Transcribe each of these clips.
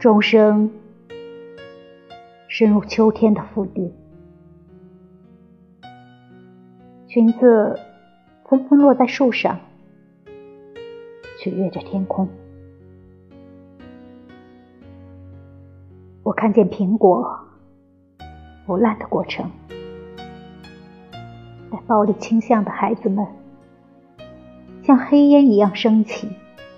钟声深入秋天的腹地，裙子纷纷落在树上，取悦着天空。我看见苹果腐烂的过程，在暴力倾向的孩子们像黑烟一样升起。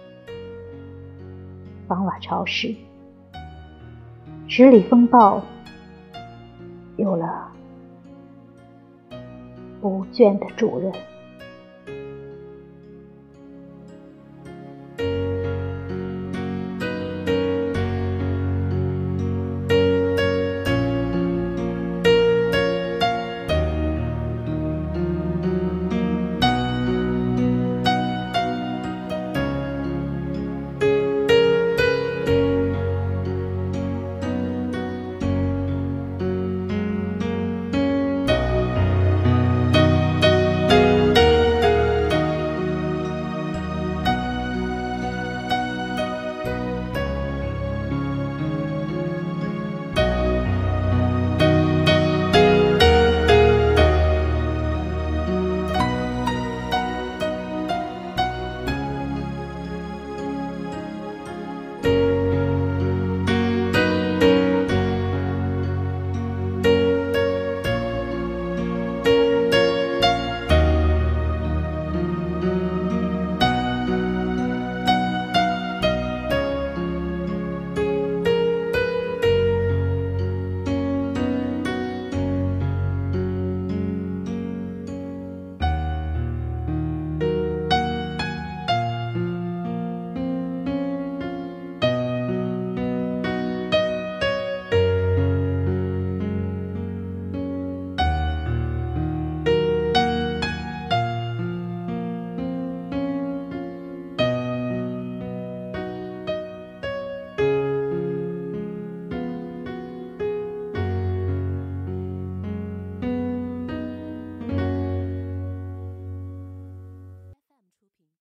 傍晚潮湿，十里风暴有了不倦的主人。